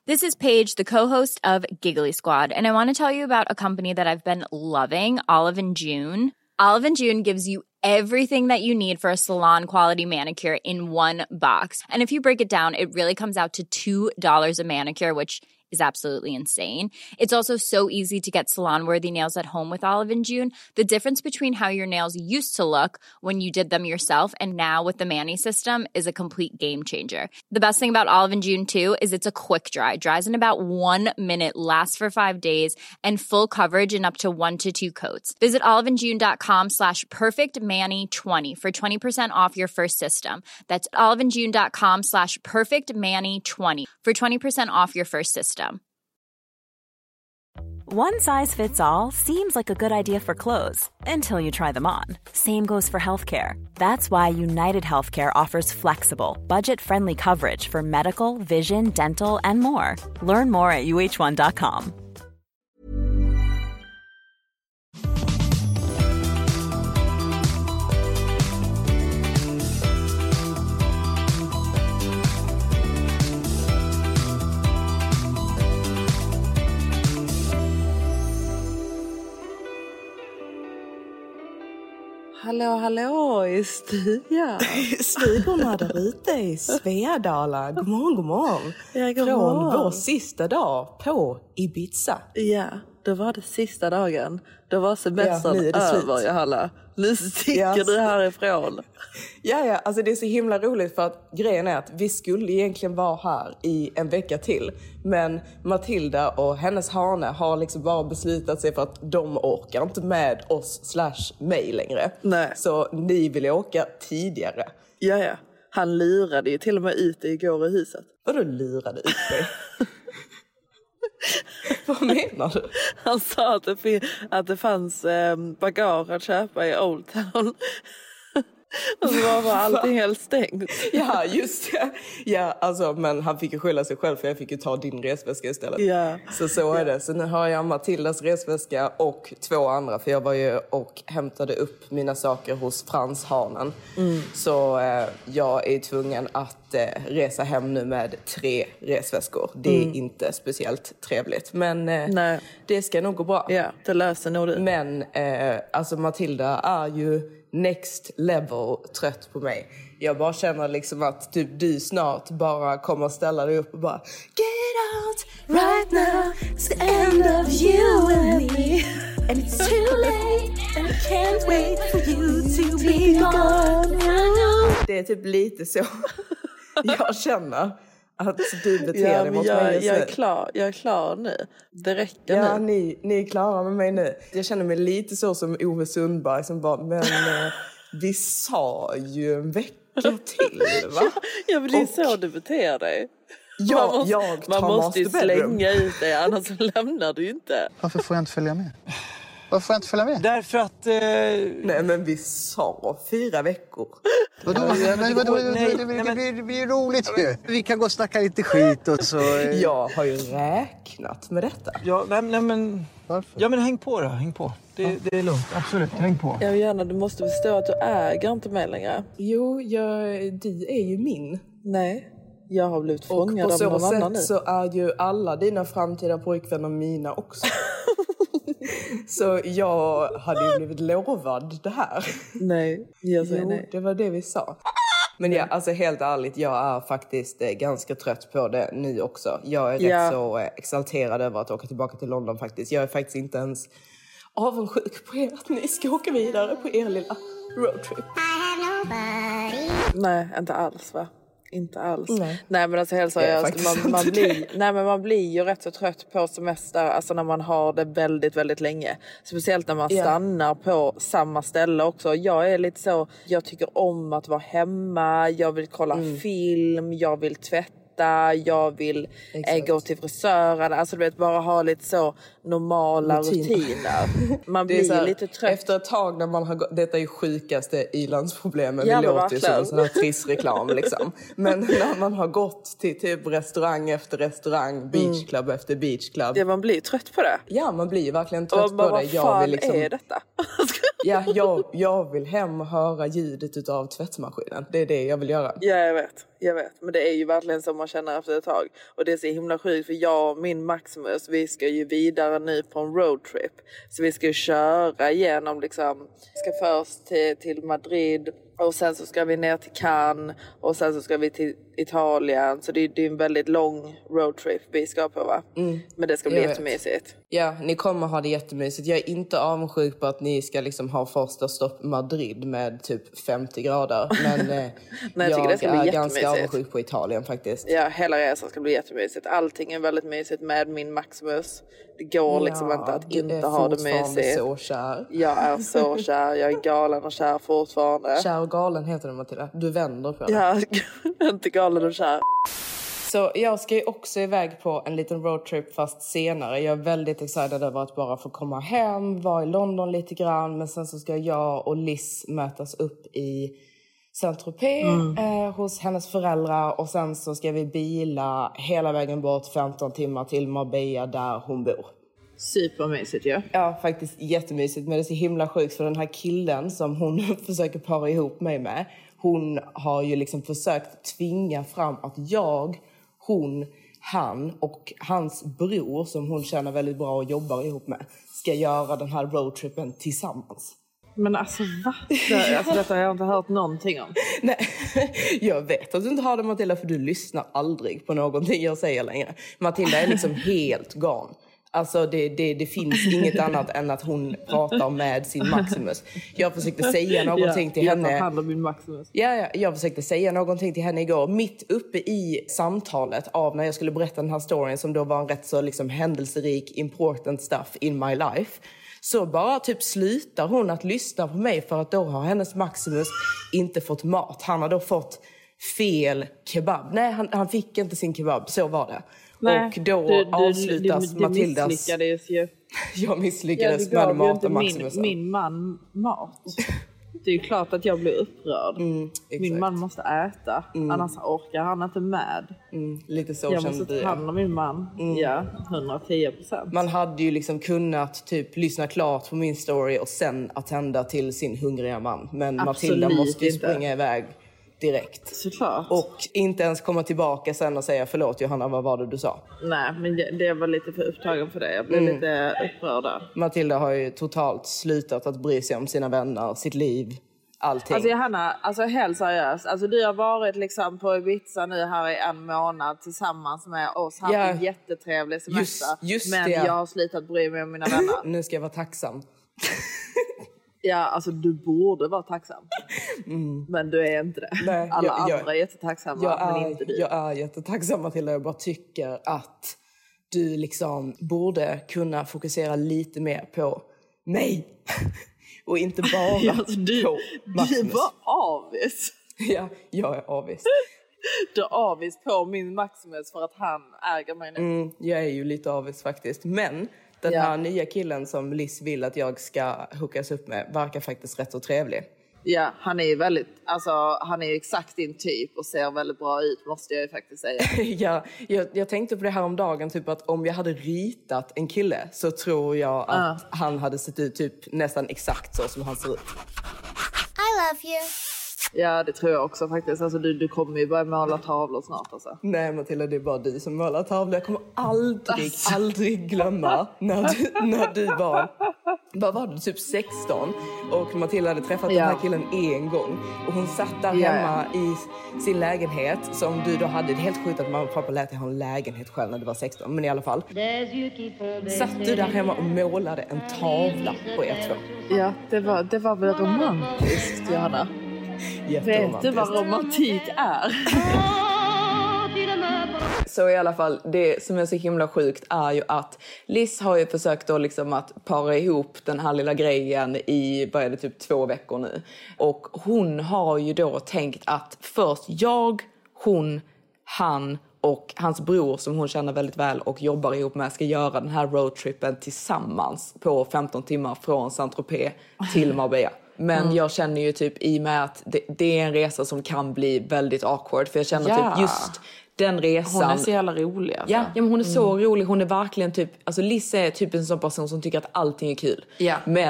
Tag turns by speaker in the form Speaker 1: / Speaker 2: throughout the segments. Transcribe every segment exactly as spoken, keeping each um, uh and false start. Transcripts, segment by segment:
Speaker 1: This is Paige, the co-host of Giggly Squad, and I want to tell you about a company that I've been loving, Olive and June. Olive and June gives you everything that you need for a salon-quality manicure in one box. And if you break it down, it really comes out to two dollars a manicure, which is absolutely insane. It's also so easy to get salon-worthy nails at home with Olive and June. The difference between how your nails used to look when you did them yourself and now with the Mani system is a complete game changer. The best thing about Olive and June, too, is it's a quick dry. Dries in about one minute, lasts for five days, and full coverage in up to one to two coats. Visit oliveandjune.com slash perfectmani20 for twenty percent off your first system. That's oliveandjune.com slash perfectmani20 for twenty percent off your first system.
Speaker 2: One size fits all seems like a good idea for clothes until you try them on. Same goes for healthcare. That's why United Healthcare offers flexible, budget-friendly coverage for medical, vision, dental, and more. Learn more at U H one dot com.
Speaker 3: Hallå, hallå i studion.
Speaker 4: Stugorna där ute i Svedala. God morgon, god morgon.
Speaker 3: Ja, god
Speaker 4: Från
Speaker 3: morgon.
Speaker 4: vår sista dag på Ibiza.
Speaker 3: Ja, då var det sista dagen. Då var semestern
Speaker 4: Ja, nu är det
Speaker 3: över,
Speaker 4: slut.
Speaker 3: Johanna. Nu sticker
Speaker 4: Ja.
Speaker 3: du härifrån.
Speaker 4: Ja, ja, alltså det är så himla roligt för att grejen är att vi skulle egentligen vara här i en vecka till. Men Matilda och hennes hane har liksom bara beslutat sig för att de orkar inte med oss slash mig längre.
Speaker 3: Nej.
Speaker 4: Så ni vill åka tidigare.
Speaker 3: Ja, ja. Han lurade ju till och med ut dig igår i huset.
Speaker 4: Vadå lurade ut dig? Vad menar du?
Speaker 3: Han sa att det, fin- att det fanns eh, bagage att köpa i Old Town. Och så var bara allting helt stängt.
Speaker 4: Ja, just det. Ja, alltså, men han fick ju skylla sig själv för jag fick ju ta din resväska istället.
Speaker 3: Ja.
Speaker 4: Så så är det. Så nu har jag Matildas resväska och två andra. För jag var ju och hämtade upp mina saker hos Frans hanen. Mm. Så eh, jag är tvungen att eh, resa hem nu med tre resväskor. Det är mm. inte speciellt trevligt. Men eh,
Speaker 3: Nej.
Speaker 4: det ska nog gå bra.
Speaker 3: Ja, det löser nog du.
Speaker 4: Men eh, alltså Matilda är ju next level trött på mig. Jag bara känner liksom att typ du snart bara kommer ställa dig upp och bara get out right now, it's the end of you and me and it's too late and I can't wait for you to be gone. Det är typ lite så jag känner att du beter
Speaker 3: ja,
Speaker 4: dig mot
Speaker 3: jag,
Speaker 4: mig.
Speaker 3: Jag är klar, jag är klar nu. Det räcker
Speaker 4: ja,
Speaker 3: nu.
Speaker 4: Ni, ni är klara med mig nu. Jag känner mig lite så som Ove Sundberg som bara, men eh, vi sa ju en vecka till, va?
Speaker 3: ja, men det är
Speaker 4: Och,
Speaker 3: så du beter dig.
Speaker 4: Ja,
Speaker 3: man måste,
Speaker 4: jag tar
Speaker 3: man måste ju
Speaker 4: master bedroom.
Speaker 3: slänga ut dig, annars lämnar du ju inte.
Speaker 5: Varför får jag inte följa med? Varför får jag inte följa med?
Speaker 6: Därför att... Eh...
Speaker 4: Nej, men vi sa fyra veckor.
Speaker 5: Vadå?
Speaker 6: Ja,
Speaker 5: men, vadå? Det, det, det, det, det, det blir roligt ju. Vi kan gå och snacka lite skit och så... Eh.
Speaker 4: Jag har ju räknat med detta.
Speaker 6: Ja, nej, nej, men...
Speaker 5: Varför?
Speaker 6: Ja, men häng på då, häng på. Det, ja. det är lugnt, absolut, häng på.
Speaker 3: Jag vill gärna, du måste förstå att du äger inte mig längre.
Speaker 4: Jo, jag, du är ju min.
Speaker 3: Nej, jag har blivit fångad av någon
Speaker 4: Och på så
Speaker 3: annan nu.
Speaker 4: sätt så är ju alla dina framtida pojkvänner mina också. Så jag hade ju blivit lovad det här.
Speaker 3: Nej, jag säger
Speaker 4: jo,
Speaker 3: nej.
Speaker 4: det var det vi sa. Men ja, alltså helt ärligt, jag är faktiskt eh, ganska trött på det nu också. Jag är
Speaker 3: ja.
Speaker 4: rätt så eh, exalterad över att åka tillbaka till London faktiskt. Jag är faktiskt inte ens avundsjuk på er att ni ska åka vidare på er lilla roadtrip.
Speaker 3: Nej, inte alls va? Inte alls.
Speaker 4: Nej,
Speaker 3: nej men alltså helt seriöst, man, man, blir, nej, men man blir ju rätt så trött på semester, alltså när man har det väldigt, väldigt länge. Speciellt när man yeah. stannar på samma ställe också. Jag är lite så, jag tycker om att vara hemma, jag vill kolla mm. film, jag vill tvätta. Jag vill äh, gå till frisören. Alltså du vet, bara ha lite så normala Rutin. rutiner. Man blir här, lite trött.
Speaker 4: Efter ett tag när man har gått, detta är ju sjukaste i-landsproblemen.
Speaker 3: Ja,
Speaker 4: vi låter ju som en sån här trist reklam liksom. Men när man har gått till typ restaurang efter restaurang, beachclub mm. efter beachclub.
Speaker 3: Ja, man blir trött på det.
Speaker 4: Ja, man blir verkligen trött
Speaker 3: och bara,
Speaker 4: på det.
Speaker 3: Vad fan
Speaker 4: vill liksom...
Speaker 3: är detta?
Speaker 4: Ja, jag, jag vill hem och höra ljudet utav tvättmaskinen. Det är det jag vill göra.
Speaker 3: Ja, jag vet. Jag vet. Men det är ju verkligen som man känner efter ett tag. Och det är så himla sjukt. För jag och min Maximus, vi ska ju vidare nu på en roadtrip. Så vi ska ju köra igenom liksom. Vi ska först till, till Madrid. Och sen så ska vi ner till Cannes. Och sen så ska vi till Italien. Så det, det är en väldigt lång roadtrip vi ska på, va? Mm. Men det ska bli jag jättemysigt. Vet.
Speaker 4: Ja, ni kommer ha det jättemysigt. Jag är inte avundsjuk på att ni ska liksom ha första stopp Madrid med typ femtio grader. Men eh, Nej, jag, jag det ska bli är ganska avundsjuk på Italien faktiskt.
Speaker 3: Ja, hela resan ska bli jättemysigt. Allting är väldigt mysigt med min Maximus. Det går ja, liksom inte att inte ha det mysigt.
Speaker 4: Jag är så kär.
Speaker 3: Jag är så kär. Jag är galen och kär fortfarande.
Speaker 4: Kär och galen heter det, Matilda. Du vänder på det.
Speaker 3: Ja, inte galen och kär.
Speaker 4: Så jag ska ju också iväg på en liten roadtrip fast senare. Jag är väldigt excited över att bara få komma hem, vara i London lite grann. Men sen så ska jag och Liz mötas upp i Saint-Tropez mm. eh, hos hennes föräldrar. Och sen så ska vi bila hela vägen bort femton timmar till Marbella där hon bor.
Speaker 3: Supermysigt, ja.
Speaker 4: Ja, faktiskt jättemysigt. Men det är så himla sjukt för den här killen som hon försöker para ihop mig med. Hon har ju liksom försökt tvinga fram att jag, hon, han och hans bror som hon känner väldigt bra och jobbar ihop med ska göra den här roadtrippen tillsammans.
Speaker 3: Men alltså va? Det, alltså, detta har jag inte hört någonting om.
Speaker 4: Nej, jag vet att du inte har det, Matilda, för du lyssnar aldrig på någonting jag säger längre. Matilda är liksom helt gan. Alltså det, det, det finns inget annat än att hon pratar med sin Maximus. Jag försökte säga någonting till
Speaker 3: ja,
Speaker 4: henne.
Speaker 3: Jag tar min Maximus.
Speaker 4: Ja, ja, jag försökte säga någonting till henne igår. Mitt uppe i samtalet av när jag skulle berätta den här storyn som då var en rätt så liksom händelserik, important stuff in my life. Så bara typ slutar hon att lyssna på mig för att då har hennes Maximus inte fått mat. Han har då fått fel kebab. Nej, han, han fick inte sin kebab, så var det. Nej, och då du, avslutas du, du, du
Speaker 3: Matildas... misslyckades ju.
Speaker 4: Jag misslyckades ja, med att mata Maximus.
Speaker 3: Min, min man mat. Det är ju klart att jag blir upprörd. Mm, min man måste äta. Mm. Annars orkar han inte med.
Speaker 4: Mm, lite så
Speaker 3: jag måste ta hand om min man. Mm. Ja, hundratio procent.
Speaker 4: Man hade ju liksom kunnat typ lyssna klart på min story och sen attenda till sin hungriga man. Men absolut, Matilda måste ju springa inte. iväg direkt.
Speaker 3: Såklart.
Speaker 4: Och inte ens komma tillbaka sen och säga förlåt Johanna, vad var det du sa?
Speaker 3: Nej, men det, det var lite för upptagen för det. Jag blev mm. lite upprörd där.
Speaker 4: Matilda har ju totalt slutat att bry sig om sina vänner, sitt liv, allting.
Speaker 3: Alltså Johanna, alltså helt seriöst. Alltså du har varit liksom på Ibiza nu här i en månad tillsammans med oss. Haft ja, en jättetrevlig semester. Just, just men det. Jag har slutat bry mig om mina vänner.
Speaker 4: Nu ska jag vara tacksam.
Speaker 3: Ja, alltså du borde vara tacksam. Mm. Men du är inte det. Nej, Alla jag, jag, andra är jättetacksamma,
Speaker 4: jag är,
Speaker 3: men inte du.
Speaker 4: Jag är jättetacksam, Matilda. Jag bara tycker att du liksom borde kunna fokusera lite mer på mig. Och inte bara ja, alltså, du, på Maximus.
Speaker 3: Du var avis.
Speaker 4: Ja, jag är avis.
Speaker 3: Du är avis på min Maximus för att han äger mig nu.
Speaker 4: Mm, jag är ju lite avis faktiskt. Men... Den ja. här nya killen som Liz vill att jag ska hookas upp med verkar faktiskt rätt så trevlig.
Speaker 3: Ja, han är ju väldigt, alltså han är ju exakt din typ och ser väldigt bra ut, måste jag ju faktiskt säga.
Speaker 4: Ja, jag, jag tänkte på det här om dagen typ att om jag hade ritat en kille så tror jag att uh. han hade sett ut typ nästan exakt så som han ser ut.
Speaker 1: I love you.
Speaker 3: Ja, det tror jag också faktiskt. Alltså, du, du kommer ju börja måla tavlor snart. Alltså.
Speaker 4: Nej, Matilda, det är bara du som målar tavlor. Jag kommer aldrig, alltså. aldrig glömma när du, när du var... Vad var du? Typ sexton. Och Matilda hade träffat ja. den här killen en gång. Och hon satt där ja. hemma i sin lägenhet som du då hade. Det är helt sjukt att mamma och pappa lät dig ha en lägenhet själv när du var sexton. Men i alla fall. Satt du där hemma och målade en tavla på er två?
Speaker 3: Ja, det var, det var väl romantiskt, Johanna. Vet du vad romantik är?
Speaker 4: Så i alla fall, det som är så himla sjukt är ju att Liz har ju försökt då liksom att para ihop den här lilla grejen i, vad är det, typ två veckor nu. Och hon har ju då tänkt att först jag, hon, han och hans bror som hon känner väldigt väl och jobbar ihop med ska göra den här roadtrippen tillsammans på femton timmar från Saint-Tropez till Marbella. Men mm. jag känner ju typ i och med att det, det är en resa som kan bli väldigt awkward. För jag känner ja. typ just den resan.
Speaker 3: Hon är så jävla rolig. Alltså.
Speaker 4: Ja, ja, men hon är så mm. rolig. Hon är verkligen typ, alltså Liz är typ en sån person som tycker att allting är kul.
Speaker 3: Ja.
Speaker 4: Men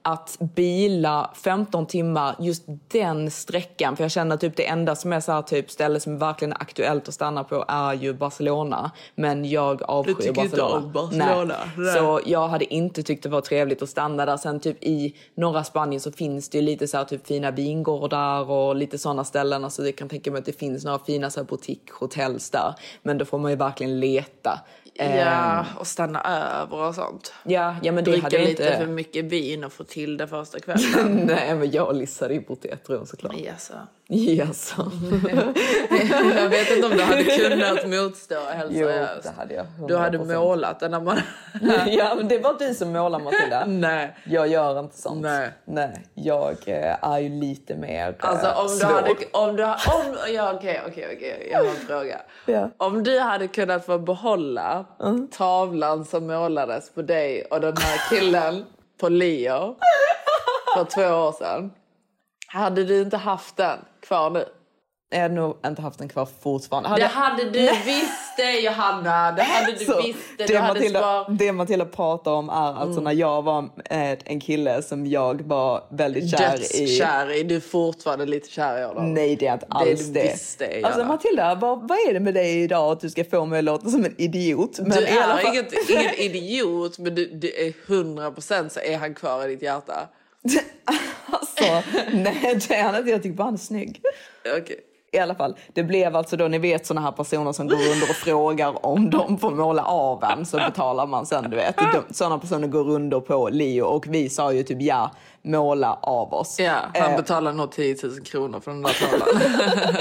Speaker 7: att bila femton timmar just den sträckan, för jag känner typ det enda som är så här typ ställe som är verkligen aktuellt att stanna på är ju Barcelona, men jag avskyr
Speaker 3: du tycker
Speaker 7: Barcelona.
Speaker 3: Inte om Barcelona.
Speaker 7: Nej.
Speaker 3: Nej.
Speaker 7: Så jag hade inte tyckt det var trevligt att stanna där. Sen typ i norra Spanien så finns det ju lite så här typ fina vingårdar och lite sådana ställen, alltså jag kan tänka mig att det finns några fina så här boutique-hotells där, men då får man ju verkligen leta.
Speaker 3: Ja, och stanna över och sånt.
Speaker 7: Ja, ja men det
Speaker 3: Dricka
Speaker 7: hade jag
Speaker 3: lite
Speaker 7: inte...
Speaker 3: för mycket vin och få till det första kvällen.
Speaker 7: Nej, men jag lissade ju på ett rum såklart.
Speaker 3: Jaså.
Speaker 7: Jaså.
Speaker 3: Jag vet inte om du hade kunnat motstå helt
Speaker 7: Jo,
Speaker 3: seriöst.
Speaker 7: det hade jag.
Speaker 3: Du hade målat den när man...
Speaker 7: Ja, men det var du som målar, Matilda.
Speaker 3: Nej.
Speaker 7: Jag gör inte sånt.
Speaker 3: Nej.
Speaker 7: Nej, jag eh, är ju lite mer
Speaker 3: Alltså
Speaker 7: eh,
Speaker 3: om du
Speaker 7: svår.
Speaker 3: hade... Om du, om, ja, okej, okej, okej. Jag har en fråga.
Speaker 7: Ja.
Speaker 3: Om du hade kunnat få behålla mm. tavlan som målades på dig och den här killen på Leo för två år sedan. Hade du inte haft den kvar nu?
Speaker 7: Jag hade nog inte haft den kvar fortfarande. Hade
Speaker 3: det
Speaker 7: jag...
Speaker 3: hade du visst det, Johanna. Det hade du
Speaker 7: så,
Speaker 3: visst det.
Speaker 7: Det,
Speaker 3: du hade
Speaker 7: Matilda,
Speaker 3: spar...
Speaker 7: det Matilda pratar om är alltså mm. när jag var med en kille som jag var väldigt kär i.
Speaker 3: Dödskär i. Du är fortfarande lite kär i honom.
Speaker 7: Nej, det är inte alls det.
Speaker 3: det. Visst det
Speaker 7: alltså Matilda, vad, vad är det med dig idag att du ska få mig att låta som en idiot? Men
Speaker 3: du
Speaker 7: i alla
Speaker 3: är
Speaker 7: fall...
Speaker 3: inget, ingen idiot, men du, du är hundra procent så är han kvar i ditt hjärta.
Speaker 7: Alltså, nej det är han inte. Jag tycker bara han är snygg.
Speaker 3: Okej. Okay.
Speaker 7: I alla fall, det blev alltså då, ni vet såna här personer som går under och frågar om de får måla av en, så betalar man sen, du vet. De, såna personer går under på Leo och vi sa ju typ ja, måla av oss.
Speaker 3: Ja, han
Speaker 7: eh.
Speaker 3: betalar nog tio tusen kronor för den där tavlan.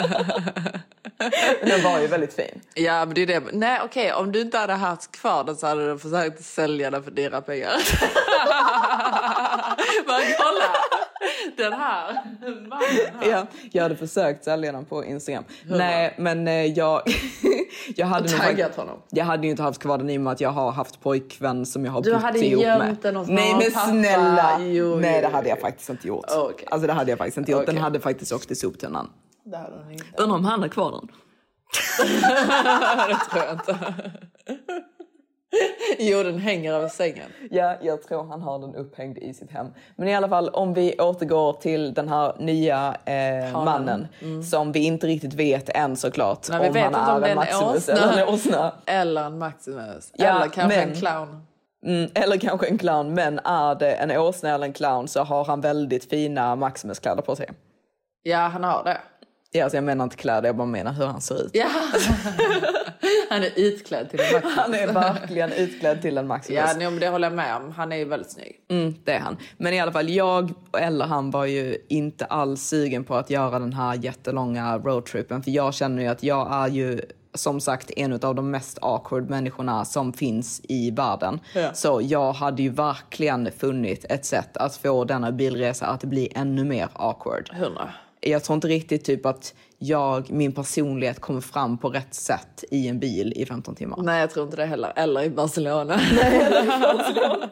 Speaker 7: Den var ju väldigt fin.
Speaker 3: Ja, men det är det. Nej, okej, okay, om du inte hade haft kvar den så hade du försökt sälja den för dyra pengar. Men kolla! Den här mannen här.
Speaker 7: Ja, jag hade försökt sälja den på Instagram. Hurra. Nej, men eh, jag jag hade nog
Speaker 3: taggat honom.
Speaker 7: Jag hade ju inte haft kvar den i och med att jag har haft pojkvän som jag har
Speaker 3: du
Speaker 7: bott ihop med.
Speaker 3: Den hos
Speaker 7: Nej, men
Speaker 3: pappa.
Speaker 7: snälla.
Speaker 3: Jo,
Speaker 7: Nej,
Speaker 3: jo,
Speaker 7: det hade jag
Speaker 3: jo.
Speaker 7: faktiskt inte gjort.
Speaker 3: Okay.
Speaker 7: Alltså det hade jag faktiskt inte gjort.
Speaker 3: Okay.
Speaker 7: Den hade faktiskt åkt i soptunnan.
Speaker 3: Det hade den inte.
Speaker 7: Undrar om han är kvar den.
Speaker 3: Det tror jag inte. Jo, den hänger över sängen.
Speaker 7: Ja, jag tror han har den upphängd i sitt hem. Men i alla fall, om vi återgår till den här nya eh, mannen mm. som vi inte riktigt vet än såklart.
Speaker 3: Nej, vi
Speaker 7: om
Speaker 3: vet
Speaker 7: han
Speaker 3: inte
Speaker 7: är
Speaker 3: om det är en
Speaker 7: Maximus
Speaker 3: åsna.
Speaker 7: eller en åsna.
Speaker 3: Eller en Maximus.
Speaker 7: Ja,
Speaker 3: eller kanske
Speaker 7: men,
Speaker 3: en clown.
Speaker 7: Mm, eller kanske en clown. Men är det en åsna eller en clown så har han väldigt fina Maximus-kläder på sig.
Speaker 3: Ja, han har det.
Speaker 7: Ja, alltså jag menar inte kläder, jag bara menar hur han ser ut.
Speaker 3: Ja. Han är utklädd till en Maximus.
Speaker 7: Han är verkligen utklädd till en Maximus.
Speaker 3: Ja, nej, men det håller jag med om. Han är ju väldigt snygg.
Speaker 7: Mm, det är han. Men i alla fall, jag eller han var ju inte alls sugen på att göra den här jättelånga roadtrippen. För jag känner ju att jag är ju som sagt en av de mest awkward människorna som finns i världen. Ja. Så jag hade ju verkligen funnit ett sätt att få denna bilresa att bli ännu mer awkward.
Speaker 3: Hundra.
Speaker 7: Jag tror inte riktigt typ att jag, min personlighet kommer fram på rätt sätt i en bil i femton timmar.
Speaker 3: Nej, jag tror inte det heller. Eller i Barcelona.
Speaker 7: Nej, eller i Barcelona.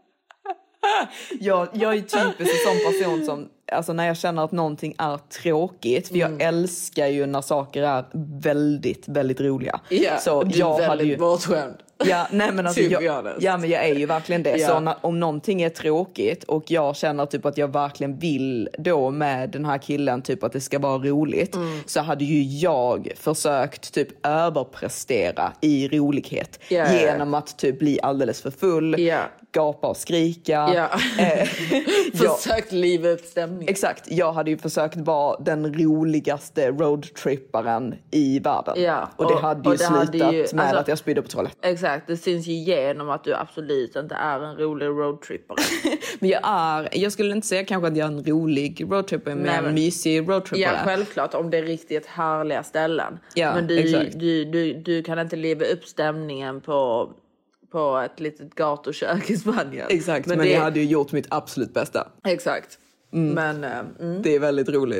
Speaker 7: jag, jag är typiskt en sån person som, alltså när jag känner att någonting är tråkigt, för jag mm. älskar ju när saker är väldigt, väldigt roliga.
Speaker 3: Ja,
Speaker 7: så
Speaker 3: du
Speaker 7: jag
Speaker 3: är väldigt
Speaker 7: hade ju
Speaker 3: bortskämd.
Speaker 7: Ja, nej men alltså jag, ja men jag är ju verkligen det. Ja. Så när, om någonting är tråkigt och jag känner typ att jag verkligen vill då med den här killen typ att det ska vara roligt, mm. så hade ju jag försökt typ överprestera i rolighet yeah. genom att typ bli alldeles för full, yeah. gapa och skrika.
Speaker 3: Yeah.
Speaker 7: Eh,
Speaker 3: försökt liva upp stämning.
Speaker 7: Exakt, jag hade ju försökt vara den roligaste roadtripparen i världen.
Speaker 3: Yeah.
Speaker 7: Och det
Speaker 3: och,
Speaker 7: hade ju
Speaker 3: och det
Speaker 7: slutat
Speaker 3: hade ju,
Speaker 7: med
Speaker 3: alltså,
Speaker 7: att jag spydde på toaletten.
Speaker 3: Exakt. Det syns ju igenom att du absolut inte är en rolig roadtrippare.
Speaker 7: Men jag är, jag skulle inte säga kanske att jag är en rolig roadtripper, men, men en mysig roadtrippare.
Speaker 3: Ja, självklart om det är riktigt härliga ställen.
Speaker 7: Ja,
Speaker 3: men du,
Speaker 7: exakt.
Speaker 3: Du, du, du kan inte leva upp stämningen på, på ett litet gatukök i Spanien.
Speaker 7: Exakt, men, men det... jag hade ju gjort mitt absolut bästa.
Speaker 3: Exakt.
Speaker 7: Mm.
Speaker 3: Men, uh, mm.
Speaker 7: Det är väldigt roligt.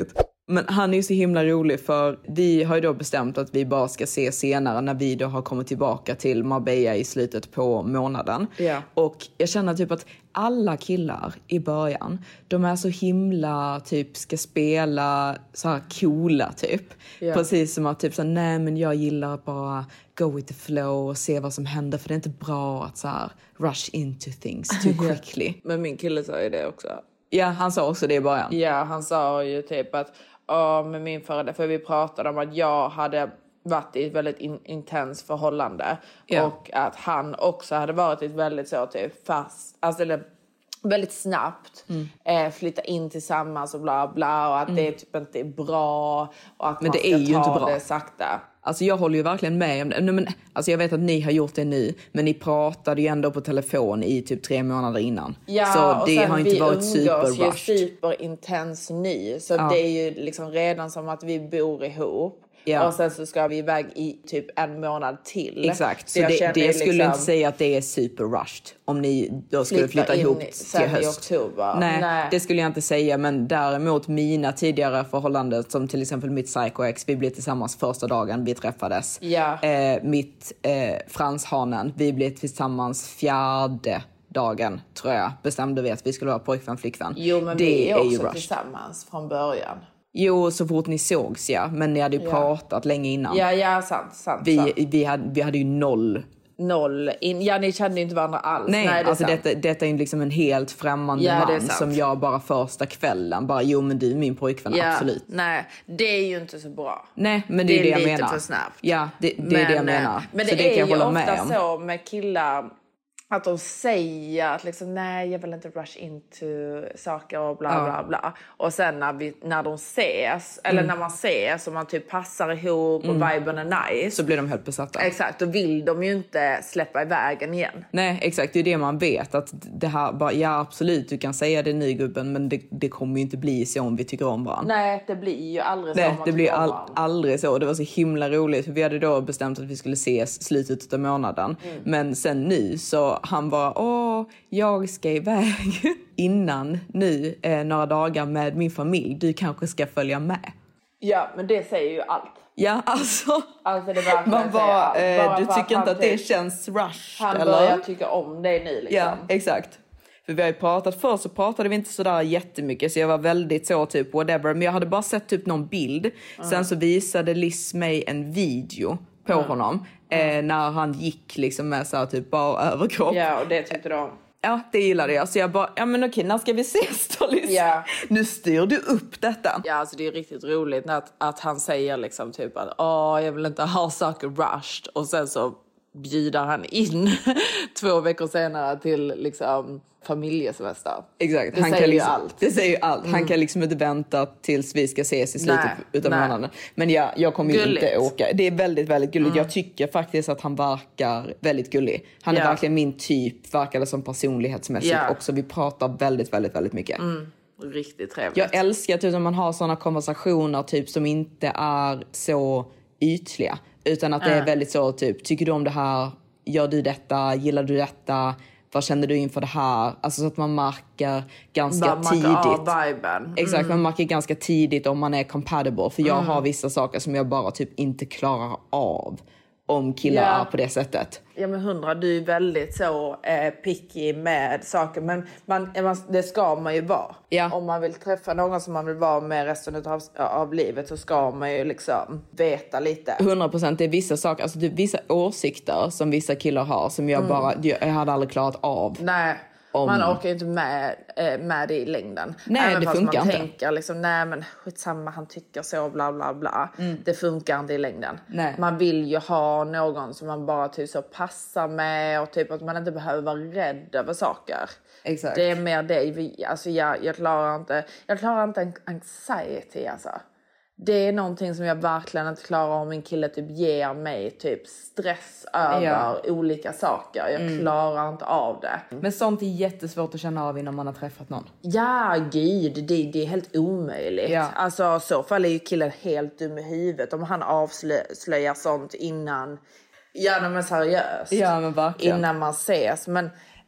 Speaker 7: Men han är ju så himla rolig för vi har ju då bestämt att vi bara ska se senare när vi då har kommit tillbaka till Marbella i slutet på månaden.
Speaker 3: Ja.
Speaker 7: Och jag känner typ att alla killar i början, de är så himla typ ska spela så här coola typ.
Speaker 3: Ja.
Speaker 7: Precis som att typ så nej men jag gillar att bara go with the flow och se vad som händer för det är inte bra att så här rush into things too quickly.
Speaker 3: Men min kille sa ju det också.
Speaker 7: Ja, han sa också det i början.
Speaker 3: Ja, han sa ju typ att ja, med min föräldrar, för vi pratade om att jag hade varit i ett väldigt in, intens förhållande.
Speaker 7: Ja.
Speaker 3: Och att han också hade varit i ett väldigt så typ fast, alltså eller väldigt snabbt mm. eh, flytta in tillsammans och bla bla. Och att mm. det typ inte är bra. Och att
Speaker 7: men
Speaker 3: man
Speaker 7: det
Speaker 3: ska
Speaker 7: är ju
Speaker 3: ta
Speaker 7: inte bra.
Speaker 3: Det sakta.
Speaker 7: Alltså jag håller ju verkligen med om det. Men, alltså jag vet att ni har gjort det nu. Men ni pratade ju ändå på telefon i typ tre månader innan.
Speaker 3: Ja,
Speaker 7: så det har inte varit super
Speaker 3: rushed. Vi superintens ny. Så ja. Det är ju liksom redan som att vi bor ihop. Ja. Och sen så ska vi iväg i typ en månad till.
Speaker 7: Exakt, så, så det, det skulle liksom inte säga att det är super rushed. Om ni då skulle flytta ihop till höst.
Speaker 3: I oktober.
Speaker 7: Nej,
Speaker 3: Nej,
Speaker 7: det skulle jag inte säga. Men däremot mina tidigare förhållanden, som till exempel mitt psycho-ex, vi blev tillsammans första dagen vi träffades.
Speaker 3: Ja.
Speaker 7: Eh, mitt eh, franshanen, vi blev tillsammans fjärde dagen, tror jag, bestämde vi att vi skulle vara pojkvän, flickvän.
Speaker 3: Jo, men
Speaker 7: det
Speaker 3: vi är också
Speaker 7: är ju rushed.
Speaker 3: Tillsammans från början.
Speaker 7: Jo, så fort ni sågs, ja. Men ni hade ju ja. pratat länge innan.
Speaker 3: Ja, ja, sant, sant.
Speaker 7: Vi,
Speaker 3: sant.
Speaker 7: vi, hade, vi hade ju noll.
Speaker 3: Noll. In, ja, ni kände ju inte varandra alls.
Speaker 7: Nej, Nej det alltså detta, detta är ju liksom en helt främmande
Speaker 3: ja,
Speaker 7: man som jag bara första kvällen bara, jo men du är min pojkvän, ja, absolut.
Speaker 3: Nej, det är ju inte så bra.
Speaker 7: Nej, men det, det är det jag menar.
Speaker 3: Det är lite för snabbt.
Speaker 7: Ja, det, det
Speaker 3: men,
Speaker 7: är det jag menar.
Speaker 3: Men
Speaker 7: så
Speaker 3: det,
Speaker 7: det
Speaker 3: är
Speaker 7: kan jag
Speaker 3: ju
Speaker 7: hålla
Speaker 3: ofta
Speaker 7: med om.
Speaker 3: så med killar att de säger att liksom, nej, jag vill inte rush into saker och bla
Speaker 7: ja.
Speaker 3: bla bla. Och sen när, vi, när de ses, eller mm. när man ses och man typ passar ihop och mm. viben är nice.
Speaker 7: Så blir de helt besatta.
Speaker 3: Exakt, då vill de ju inte släppa iväg igen.
Speaker 7: Nej, exakt, det är det man vet. Att det här bara, ja absolut, du kan säga det ny gubben, men det, det kommer ju inte bli så om vi tycker om varandra.
Speaker 3: Nej, det blir ju aldrig så.
Speaker 7: Nej,
Speaker 3: om man
Speaker 7: det blir all,
Speaker 3: varandra.
Speaker 7: aldrig så. Det var så himla roligt, för vi hade då bestämt att vi skulle ses slutet av månaden. Mm. Men sen nu så han var, åh, jag ska iväg innan nu eh, några dagar med min familj. Du kanske ska följa med.
Speaker 3: Ja, men det säger ju allt.
Speaker 7: Ja, alltså.
Speaker 3: Alltså det bara,
Speaker 7: man bara, eh, bara du tycker inte att det typ, känns rushed,
Speaker 3: han
Speaker 7: eller?
Speaker 3: Han börjar tycka om det nu liksom.
Speaker 7: Ja, exakt. För vi har ju pratat, först så pratade vi inte sådär jättemycket, så jag var väldigt så typ whatever. Men jag hade bara sett typ någon bild. Mm. Sen så visade Liz mig en video på mm. honom. Mm. Eh, när han gick liksom med så här typ bara överkropp.
Speaker 3: Ja, och det tyckte de.
Speaker 7: Ja, det gillade jag. Så jag bara, ja men okej, när ska vi ses då Liz?
Speaker 3: Ja.
Speaker 7: Nu styr du upp detta.
Speaker 3: Ja, alltså det är riktigt roligt att, att han säger liksom typ att åh, jag vill inte ha saker rushed. Och sen så bjuder han in två veckor senare till liksom familjesemester.
Speaker 7: Exakt.
Speaker 3: Det
Speaker 7: han
Speaker 3: säger
Speaker 7: kan
Speaker 3: ju
Speaker 7: liksom,
Speaker 3: allt.
Speaker 7: Det säger ju allt.
Speaker 3: Mm.
Speaker 7: Han kan liksom inte vänta tills vi ska ses i slutet
Speaker 3: nej,
Speaker 7: utav
Speaker 3: nej.
Speaker 7: månaden. Men ja, jag kommer ju inte åka. Det är väldigt, väldigt gulligt.
Speaker 3: Mm.
Speaker 7: Jag tycker faktiskt att han verkar väldigt gullig. Han är
Speaker 3: ja.
Speaker 7: verkligen min typ, verkar det som personlighetsmässigt
Speaker 3: ja.
Speaker 7: också. Vi pratar väldigt, väldigt, väldigt mycket.
Speaker 3: Mm. Riktigt trevligt.
Speaker 7: Jag älskar typ när man har sådana konversationer typ som inte är så ytliga. Utan att det är väldigt så typ, tycker du om det här? Gör du detta? Gillar du detta? Vad känner du inför det här? Alltså så att man märker ganska
Speaker 3: man
Speaker 7: tidigt.
Speaker 3: Av viben. Mm.
Speaker 7: Exakt, man märker ganska tidigt om man är compatible. För jag
Speaker 3: mm.
Speaker 7: har vissa saker som jag bara typ inte klarar av om killar
Speaker 3: ja.
Speaker 7: är på det sättet.
Speaker 3: Ja men hundra, du är väldigt så eh, picky med saker. Men man, man, det ska man ju vara.
Speaker 7: Ja.
Speaker 3: Om man vill träffa någon som man vill vara med resten av, av livet, så ska man ju liksom veta lite.
Speaker 7: hundra procent, det är vissa saker, alltså det är vissa åsikter som vissa killar har som jag mm. bara, jag hade aldrig klarat av.
Speaker 3: Nej. Om... Man orkar ju inte med, med det i längden.
Speaker 7: Nej,
Speaker 3: även
Speaker 7: det
Speaker 3: fast
Speaker 7: funkar
Speaker 3: man
Speaker 7: inte.
Speaker 3: tänker liksom, nej men skitsamma, han tycker så, bla bla bla. Mm. Det funkar inte i längden.
Speaker 7: Nej.
Speaker 3: Man vill ju ha någon som man bara typ så passar med, och typ att man inte behöver vara rädd över saker.
Speaker 7: Exakt.
Speaker 3: Det är mer det. Alltså jag, jag klarar inte, jag klarar inte anxiety alltså. Det är någonting som jag verkligen inte klarar om min kille typ ger mig typ stress över ja. olika saker. Jag mm. klarar inte av det.
Speaker 7: Men sånt är jättesvårt att känna av innan man har träffat någon.
Speaker 3: Ja, gud. Det, det är helt omöjligt. Ja. Alltså så fall är ju killen helt dum i huvudet om han avslöjar sånt innan. Ja, men seriöst.
Speaker 7: Ja, men verkligen.
Speaker 3: Innan man ses. Men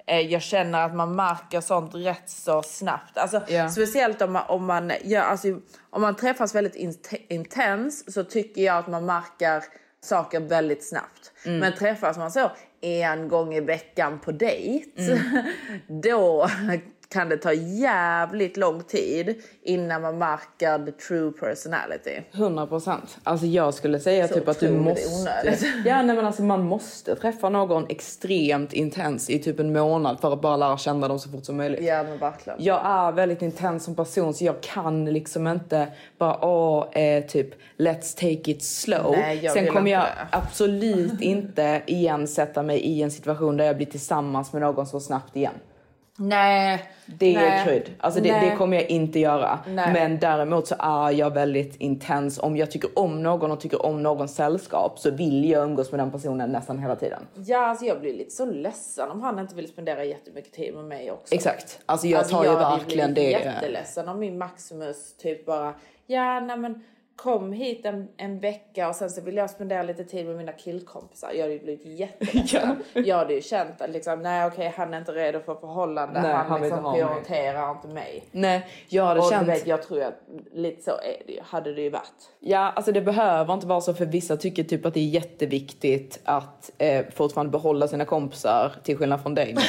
Speaker 3: eh, jag känner att man märker sånt rätt så snabbt. Alltså,
Speaker 7: yeah.
Speaker 3: Speciellt om man, om, man gör, alltså, om man träffas väldigt in- intens så tycker jag att man märker saker väldigt snabbt. Mm. Men träffas man så en gång i veckan på dejt, mm. då kan det ta jävligt lång tid innan man märker the true personality.
Speaker 7: hundra procent. Alltså jag skulle säga så typ att du måste... Ja, nej men alltså man måste träffa någon extremt intens i typ en månad för att bara lära känna dem så fort som möjligt.
Speaker 3: Ja, men verkligen.
Speaker 7: Jag är väldigt intens som person så jag kan liksom inte bara, åh, eh, typ, let's take it slow.
Speaker 3: Nej,
Speaker 7: sen kommer jag det. absolut inte igen sätta mig i en situation där jag blir tillsammans med någon så snabbt igen.
Speaker 3: Nej.
Speaker 7: Det
Speaker 3: nej,
Speaker 7: är krydd. Alltså det, det kommer jag inte göra.
Speaker 3: Nej.
Speaker 7: Men däremot så är jag väldigt intens. Om jag tycker om någon och tycker om någons sällskap så vill jag umgås med den personen nästan hela tiden.
Speaker 3: Ja, alltså jag blir lite så ledsen om han inte vill spendera jättemycket tid med mig också.
Speaker 7: Exakt. Alltså jag
Speaker 3: alltså
Speaker 7: tar
Speaker 3: jag
Speaker 7: ju verkligen det.
Speaker 3: Jag blir jätteledsen om min Maximus typ bara, ja nej men kom hit en, en vecka och sen så vill jag spendera lite tid med mina killkompisar. Jag hade ju blivit jätteledsen. ja. Jag hade ju känt att liksom, nej okej, han är inte redo för förhållande. Nej, han, han liksom prioriterar inte mig.
Speaker 7: Nej, jag hade
Speaker 3: och
Speaker 7: känt...
Speaker 3: vet, jag tror att lite så är det ju, hade det ju varit.
Speaker 7: Ja, alltså det behöver inte vara så, för vissa tycker typ att det är jätteviktigt att eh, fortfarande behålla sina kompisar till skillnad från dig.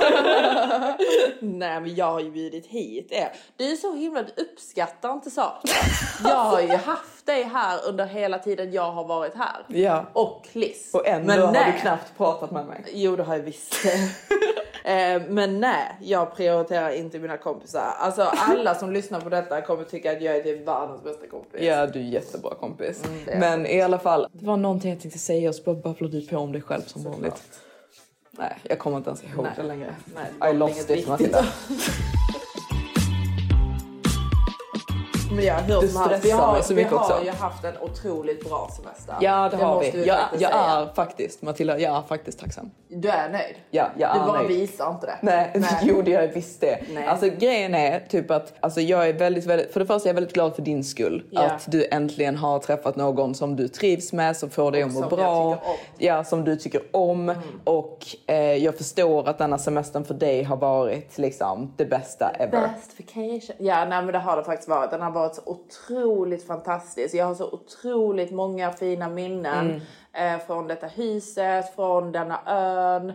Speaker 3: Nej, men jag har ju bjudit hit er. Du är så himla, du uppskattar inte saker. Jag har ju haft dig här under hela tiden jag har varit här.
Speaker 7: Ja.
Speaker 3: Och Liz.
Speaker 7: Och ändå men har nej. du knappt pratat med mig.
Speaker 3: Jo, det har jag visst. eh, men nej, jag prioriterar inte mina kompisar. Alltså alla som lyssnar på detta kommer tycka att jag är typ världens bästa kompis.
Speaker 7: Ja, du är jättebra kompis. Mm, men i alla fall, det var någonting jag tänkte säga och så bara babblar du på om dig själv som så vanligt. Klart. Nej, jag kommer inte ens ihåg nej. det längre. Nej, I lost it, Matilda.
Speaker 3: Men jag hör
Speaker 7: du
Speaker 3: som helst, vi har,
Speaker 7: så
Speaker 3: vi
Speaker 7: mycket
Speaker 3: har
Speaker 7: också.
Speaker 3: ju haft en otroligt bra semester.
Speaker 7: Ja, det, det har vi.
Speaker 3: vi
Speaker 7: jag jag är faktiskt, Matilda, jag är faktiskt tacksam.
Speaker 3: Du är nöjd?
Speaker 7: Ja, jag
Speaker 3: du
Speaker 7: är
Speaker 3: bara
Speaker 7: nöjd.
Speaker 3: visar inte det.
Speaker 7: Nej, Nej. jo det jag visst det.
Speaker 3: Nej.
Speaker 7: Alltså grejen är typ att alltså, jag är väldigt, väldigt, för det första är jag väldigt glad för din skull. Ja. Att du äntligen har träffat någon som du trivs med, som får dig att må bra. Ja, som du tycker om. Mm. Och eh, jag förstår att denna semestern för dig har varit liksom det bästa ever.
Speaker 3: Best vacation. Ja, nej men det har det faktiskt varit. Den har varit så otroligt fantastisk. Jag har så otroligt många fina minnen mm. eh, från detta huset, från denna ön.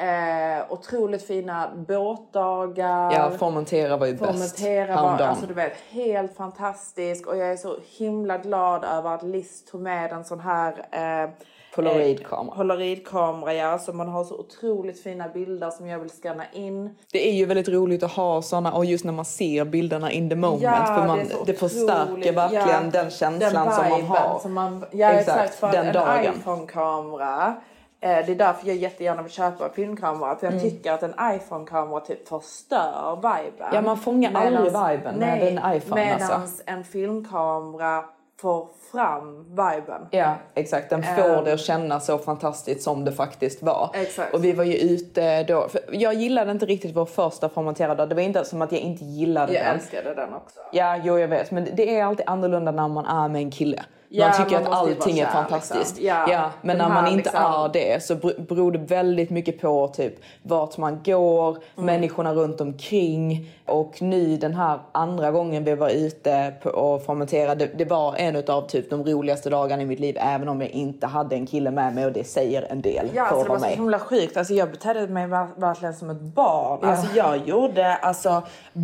Speaker 3: Mm. Eh, otroligt fina båtdagar.
Speaker 7: Ja, Formentera var ju bäst.
Speaker 3: Formentera var, alltså du vet, helt fantastisk. Och jag är så himla glad över att Liz tog med en sån här eh,
Speaker 7: Polaroidkamera.
Speaker 3: Eh, Polaroidkamera, ja. Så man har så otroligt fina bilder som jag vill scanna in.
Speaker 7: Det är ju väldigt roligt att ha såna, och just när man ser bilderna in the moment.
Speaker 3: Ja,
Speaker 7: för man,
Speaker 3: det,
Speaker 7: det förstärker verkligen ja, den känslan
Speaker 3: den
Speaker 7: som man har.
Speaker 3: Som man, ja, exakt. exakt för
Speaker 7: den
Speaker 3: en
Speaker 7: dagen.
Speaker 3: iPhone-kamera. Eh, det är därför jag jättegärna vill köpa en filmkamera. För jag mm. tycker att en iPhone-kamera typ förstör viben.
Speaker 7: Ja, man fångar
Speaker 3: medans,
Speaker 7: aldrig viben med en iPhone.
Speaker 3: Medans
Speaker 7: alltså.
Speaker 3: en filmkamera får fram viben.
Speaker 7: Ja, exakt. Den får um, det att känna så fantastiskt som det faktiskt var.
Speaker 3: Exakt.
Speaker 7: Och vi var ju ute då. För jag gillade inte riktigt vår första formaterade. Det var inte som att jag inte gillade
Speaker 3: jag
Speaker 7: den.
Speaker 3: Jag älskade den också.
Speaker 7: Ja, jo jag vet. Men det är alltid annorlunda när man är med en kille. Man ja, tycker man att allting är fantastiskt. Liksom. Ja, ja, men när man inte liksom... är det så beror det väldigt mycket på typ vart man går, mm. människorna runt omkring. Och nu den här andra gången vi var ute på och formaterade, det, det var en av typ de roligaste dagarna i mitt liv, även om jag inte hade en kille med mig, och det säger en del.
Speaker 3: Ja,
Speaker 7: för
Speaker 3: alltså, det var
Speaker 7: mig.
Speaker 3: så himla sjukt. Alltså, jag betedde mig verkligen som ett barn. Ja. Alltså, jag gjorde alltså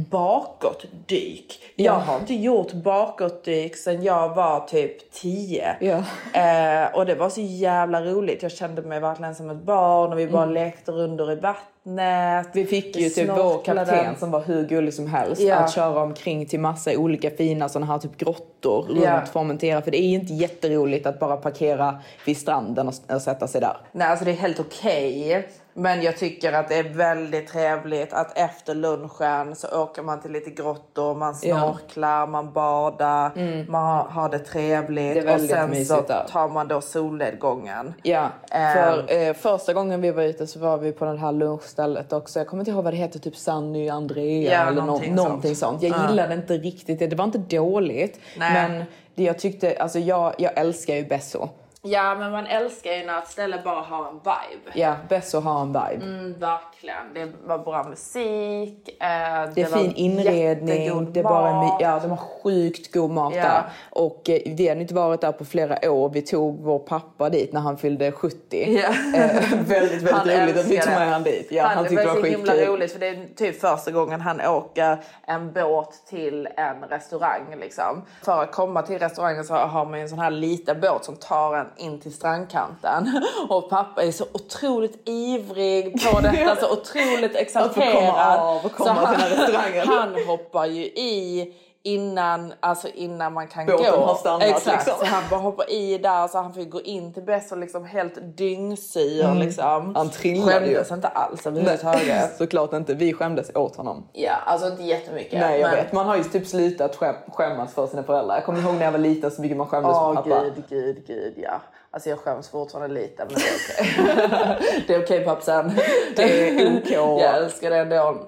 Speaker 3: bakåtdyk. Jag ja. har inte gjort bakåtdyk sedan jag var typ tio.
Speaker 7: Ja.
Speaker 3: Eh, och det var så jävla roligt. Jag kände mig verkligen som ett barn och vi bara mm. lekte runder i vattnet.
Speaker 7: Vi fick ju typ vår kapten som var hur gullig som helst ja. att köra omkring till massa olika fina såna här typ grottor runt ja. Formentera. För det är ju inte jätteroligt att bara parkera vid stranden och, och sätta sig där.
Speaker 3: Nej, alltså det är helt okej. Okay. Men jag tycker att det är väldigt trevligt att efter lunchen så åker man till lite grottor, man snorklar, ja. man badar, mm. man har det trevligt. Det och sen så där. tar man då solnedgången.
Speaker 7: Ja, um, för eh, första gången vi var ute så var vi på det här lunchstället också. Jag kommer inte ihåg vad det heter, typ Sanny, Andrea
Speaker 3: ja,
Speaker 7: eller
Speaker 3: någonting,
Speaker 7: no- någonting sånt. Jag uh. gillade inte riktigt det, det var inte dåligt. Nej. Men det jag tyckte, alltså jag, jag älskar ju Besso.
Speaker 3: Ja, men man älskar ju när ett ställe bara har en vibe.
Speaker 7: Ja, bäst att ha en vibe.
Speaker 3: Mm, verkligen. Det var bra musik. Eh, det,
Speaker 7: det är fin inredning. Det är bara en, ja, de har sjukt god mat ja. där. Och eh, vi hade inte varit där på flera år. Vi tog vår pappa dit när han fyllde sjuttio. Ja. Eh, väldigt, väldigt han roligt att vi tog med han dit. Ja, han, han tyckte det var, var så himla roligt. För det är typ första gången han åker en båt till en restaurang. Liksom. För att komma till restaurangen så har man en sån här liten båt som tar en in till strandkanten. Och pappa är så otroligt ivrig på detta. Så otroligt exalterad. Och komma av och komma till restaurangen.
Speaker 3: Han hoppar ju i innan, alltså innan man kan
Speaker 7: båten
Speaker 3: gå.
Speaker 7: Har stannat,
Speaker 3: exakt.
Speaker 7: Liksom.
Speaker 3: Så han bara hoppar i där så han får gå in till bäst och liksom helt dyngsyr. Mm. Liksom.
Speaker 7: Han trillade
Speaker 3: skämdes ju. Inte alls överhuvudtaget.
Speaker 7: Såklart inte. Vi skämdes åt honom.
Speaker 3: Ja, alltså inte jättemycket.
Speaker 7: Nej, jag
Speaker 3: men...
Speaker 7: vet. Man har ju typ slutat skäm- skämmas för sina föräldrar. Jag kommer ihåg när jag var liten så mycket man skämdes
Speaker 3: oh,
Speaker 7: för pappa.
Speaker 3: Gud, gud, gud, ja. Alltså jag skäms fortfarande lite, men det är okej. Okay. Det är okej, okay, pappsen.
Speaker 7: Det är okej.
Speaker 3: Jag älskar det ändå. uh,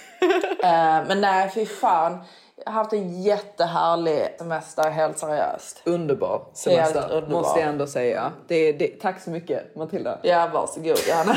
Speaker 3: men nej, fy fan. Jag har haft en jättehärlig semester, helt seriöst.
Speaker 7: Underbar semester,
Speaker 3: helt underbar.
Speaker 7: Måste jag ändå säga. Det, det, tack så mycket, Matilda.
Speaker 3: Ja, varsågod, Johanna.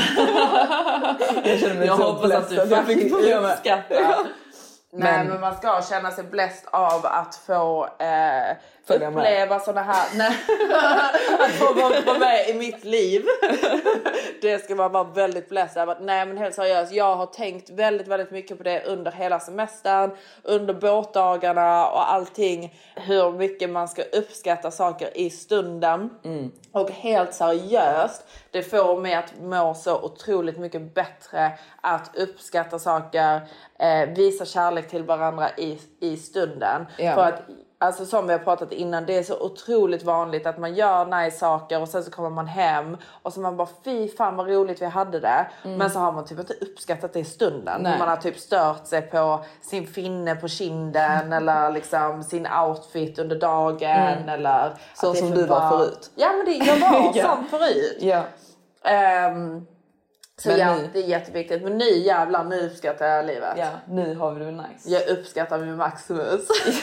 Speaker 7: jag känner mig
Speaker 3: jag
Speaker 7: så
Speaker 3: hoppas att du faktiskt uppskattar. Nej, men... men man ska känna sig bläst av att få eh, uppleva sådana här... Nej, att få vara med i mitt liv. Det ska man vara väldigt bläst av. Nej, men helt seriöst. Jag har tänkt väldigt, väldigt mycket på det under hela semestern. Under båtdagarna och allting. Hur mycket man ska uppskatta saker i stunden. Mm. Och helt seriöst. Det får mig att må så otroligt mycket bättre. Att uppskatta saker. Eh, visa kärlek till varandra i, i stunden. Ja. För att, alltså som vi har pratat innan, det är så otroligt vanligt att man gör nice saker och sen så kommer man hem och så man bara, fy fan vad roligt vi hade det. Mm. Men så har man typ inte uppskattat det i stunden. Nej. Man har typ stört sig på sin finne på kinden mm. eller liksom sin outfit under dagen. Mm. Eller
Speaker 7: så som du var bara... förut.
Speaker 3: Ja, men det, jag var ja. som förut.
Speaker 7: Ja.
Speaker 3: Um, Så men ja, nu... det är jätteviktigt. Men nu jävlar, nu uppskattar jag livet.
Speaker 7: Ja, nu har vi det nice.
Speaker 3: Jag uppskattar min Maximus.
Speaker 7: Yes.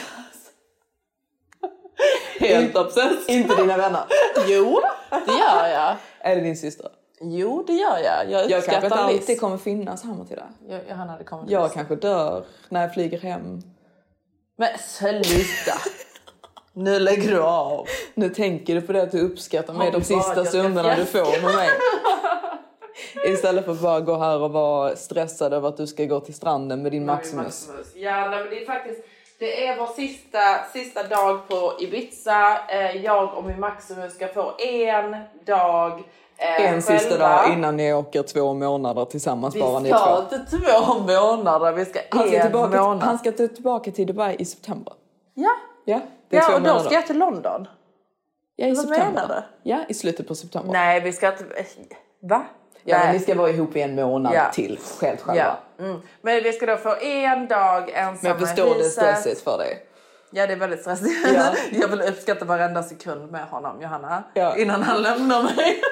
Speaker 7: Helt obsessed. Inte dina vänner.
Speaker 3: Jo, det gör jag.
Speaker 7: Är det din syster?
Speaker 3: Jo, det gör jag. Jag
Speaker 7: uppskattar
Speaker 3: Jag
Speaker 7: kanske inte alltid kommer finnas hemma till det.
Speaker 3: Jag, jag, hade kommit
Speaker 7: jag kanske dör när jag flyger hem.
Speaker 3: Men sluta. Nu lägger du av.
Speaker 7: Nu tänker du på det att du uppskattar mig de sista stunderna du får med mig. Istället för att bara gå här och vara stressad över att du ska gå till stranden med din Maximus.
Speaker 3: Maximus. Ja, men det är faktiskt... Det är vår sista, sista dag på Ibiza. Eh, jag och min Maximus ska få en dag eh,
Speaker 7: En själva. Sista dag innan ni åker två månader tillsammans.
Speaker 3: Vi
Speaker 7: bara ni
Speaker 3: ska inte två månader, vi ska
Speaker 7: han ska
Speaker 3: en
Speaker 7: tillbaka,
Speaker 3: månad.
Speaker 7: Han ska tillbaka till Dubai i september.
Speaker 3: Ja,
Speaker 7: ja, det är
Speaker 3: ja
Speaker 7: två
Speaker 3: och då
Speaker 7: månader.
Speaker 3: ska jag till London.
Speaker 7: Ja, i
Speaker 3: Vad
Speaker 7: september.
Speaker 3: menar du?
Speaker 7: Ja, i slutet på september.
Speaker 3: Nej, vi ska inte... Va?
Speaker 7: Ja,
Speaker 3: Nej.
Speaker 7: men ni ska vara ihop i en månad ja. till helt själva.
Speaker 3: Ja. Mm. Men vi ska då få en dag ensamma.
Speaker 7: Men jag förstår det är stressigt för dig.
Speaker 3: Ja, det är väldigt stressigt. Ja. Jag vill uppskatta varenda sekund med honom, Johanna. Ja. Innan han lämnar mig.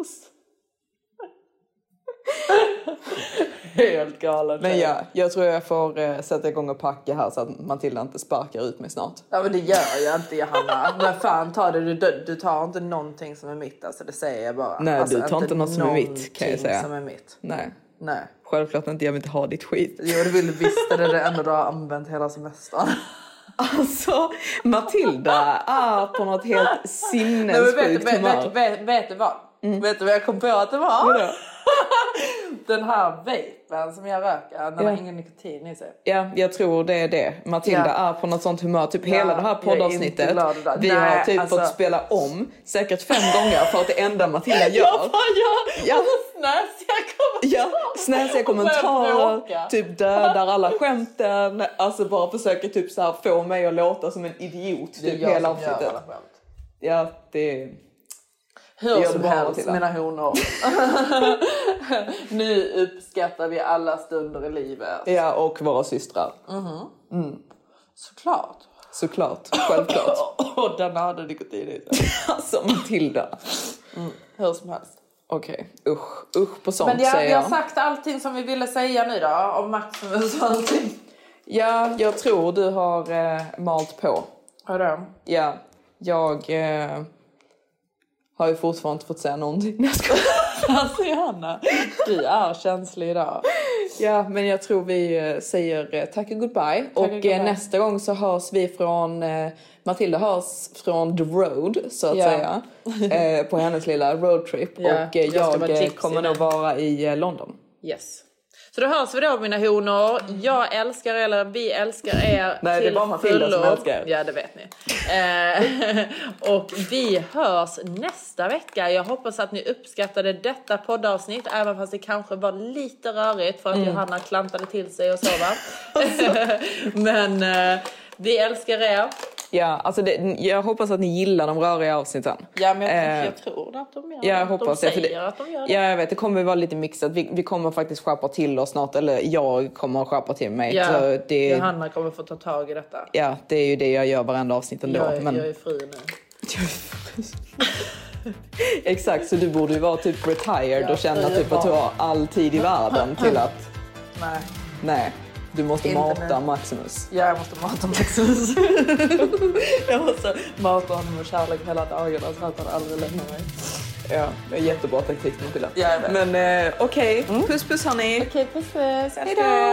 Speaker 3: Helt galen.
Speaker 7: Men ja, jag tror jag får eh, sätta igång och packa här så att Matilda inte sparkar ut mig snart.
Speaker 3: Ja, men det gör jag inte, Johanna. Men fan, ta det. Du, du tar inte någonting som är mitt. Alltså, det säger jag bara.
Speaker 7: Nej,
Speaker 3: alltså,
Speaker 7: du tar inte något som är mitt, kan jag säga.
Speaker 3: Som är mitt.
Speaker 7: Nej.
Speaker 3: Nej.
Speaker 7: Självklart inte, jag vill inte ha ditt skit.
Speaker 3: Jo, du vill visst, det är det enda du har använt hela semestern.
Speaker 7: Alltså, Matilda är på något helt sinnessjukt humör.
Speaker 3: Vet, vet, vet du vad? Mm. Vet du vad jag kom på att det var?
Speaker 7: Vadå?
Speaker 3: Den här vapen som jag röker, den ja. har ingen nikotin i sig.
Speaker 7: Ja, jag tror det är det. Matilda ja. är på något sånt humör. Typ ja, hela det här poddavsnittet. Vi Nej, har typ alltså... fått spela om säkert fem gånger för att det enda Matilda gör.
Speaker 3: Jag bara, ja.
Speaker 7: ja.
Speaker 3: Snäsiga kommentarer.
Speaker 7: Ja, snäsiga kommentarer. Typ dödar alla skämten. Alltså bara försöker typ så här få mig att låta som en idiot. Typ hela avsnittet. Ja, det är...
Speaker 3: Hur som helst, mina honor. Nu uppskattar vi alla stunder i livet.
Speaker 7: Ja, och våra systrar.
Speaker 3: Mm-hmm. Mm. Såklart.
Speaker 7: Såklart, självklart.
Speaker 3: Och den hade nikotin i sig.
Speaker 7: Alltså Matilda.
Speaker 3: Mm. Hur som helst.
Speaker 7: Okej, okay. usch, usch på sånt.
Speaker 3: Men jag,
Speaker 7: säger
Speaker 3: jag har sagt allting som vi ville säga nu då. Om Maximus och allting.
Speaker 7: Ja, jag tror du har eh, malt på.
Speaker 3: Har du?
Speaker 7: Ja, jag... Eh, har ju fortfarande inte fått säga någonting.
Speaker 3: Alltså Johanna, du är känslig idag.
Speaker 7: Ja, men jag tror vi säger tack och goodbye. Tack och, och goodbye. Nästa gång så hörs vi från... Matilda hörs från the road, så att yeah. säga. På hennes lilla roadtrip. Yeah. Och jag, jag kommer nog vara i London.
Speaker 3: Yes. Så då hörs vi då, mina honor. Jag älskar er, eller vi älskar er.
Speaker 7: Nej,
Speaker 3: till
Speaker 7: det är bara Matilda som älskar er.
Speaker 3: Ja, det vet ni. eh, och vi hörs nästa vecka. Jag hoppas att ni uppskattade detta poddavsnitt, även fast det kanske var lite rörigt för att mm. Johanna klantade till sig och så, va? Men eh, vi älskar er.
Speaker 7: Ja, alltså det, jag hoppas att ni gillar de röriga avsnitten.
Speaker 3: Ja, men jag, eh, jag tror att de gör
Speaker 7: jag
Speaker 3: det.
Speaker 7: Hoppas
Speaker 3: de
Speaker 7: det,
Speaker 3: säger
Speaker 7: det,
Speaker 3: att de gör det.
Speaker 7: Ja, jag vet, det kommer vara lite mixat. Vi, vi kommer faktiskt skärpa till oss snart. Eller jag kommer att skärpa till mig.
Speaker 3: Ja,
Speaker 7: så det,
Speaker 3: Johanna kommer få ta tag i detta.
Speaker 7: Ja, det är ju det jag gör varenda avsnitt ändå.
Speaker 3: Jag, är,
Speaker 7: men...
Speaker 3: jag är fri nu.
Speaker 7: Exakt, så du borde ju vara typ retired ja, och känna typ att du har all tid i världen till att...
Speaker 3: Nej.
Speaker 7: Nej. Du måste inte mata nu. Maximus.
Speaker 3: Ja, jag måste mata Maximus. Jag måste mata honom med kärlek hela dagen så att han aldrig lämnar mig.
Speaker 7: Ja, det är jättebra taktik med till det.
Speaker 3: Ja,
Speaker 7: men eh, okej, okay. mm. puss puss hörni.
Speaker 3: Okej, okay, puss puss.
Speaker 7: Hejdå!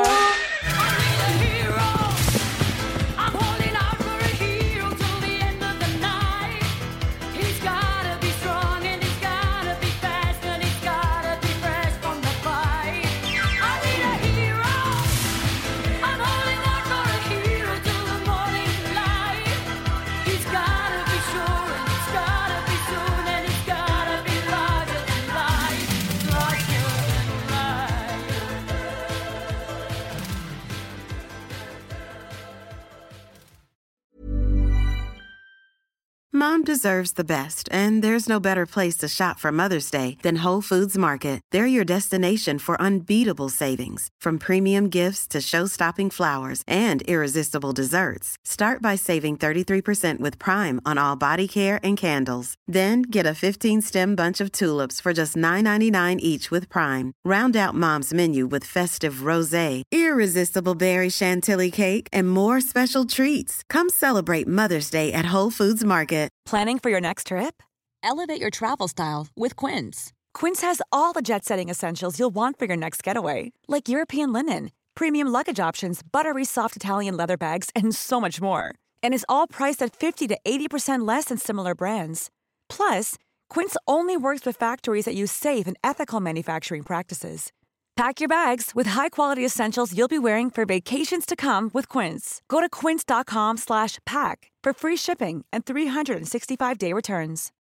Speaker 8: Mom deserves the best, and there's no better place to shop for Mother's Day than Whole Foods Market. They're your destination for unbeatable savings, from premium gifts to show-stopping flowers and irresistible desserts. Start by saving thirty-three percent with Prime on all body care and candles. Then get a fifteen-stem bunch of tulips for just nine ninety-nine each with Prime. Round out Mom's menu with festive rosé, irresistible berry chantilly cake, and more special treats. Come celebrate Mother's Day at Whole Foods Market.
Speaker 2: Planning for your next trip? Elevate your travel style with Quince. Quince has all the jet-setting essentials you'll want for your next getaway, like European linen, premium luggage options, buttery soft Italian leather bags, and so much more. And is all priced at fifty to eighty percent less than similar brands. Plus, Quince only works with factories that use safe and ethical manufacturing practices. Pack your bags with high-quality essentials you'll be wearing for vacations to come with Quince. Go to quince.com slash pack for free shipping and three sixty-five day returns.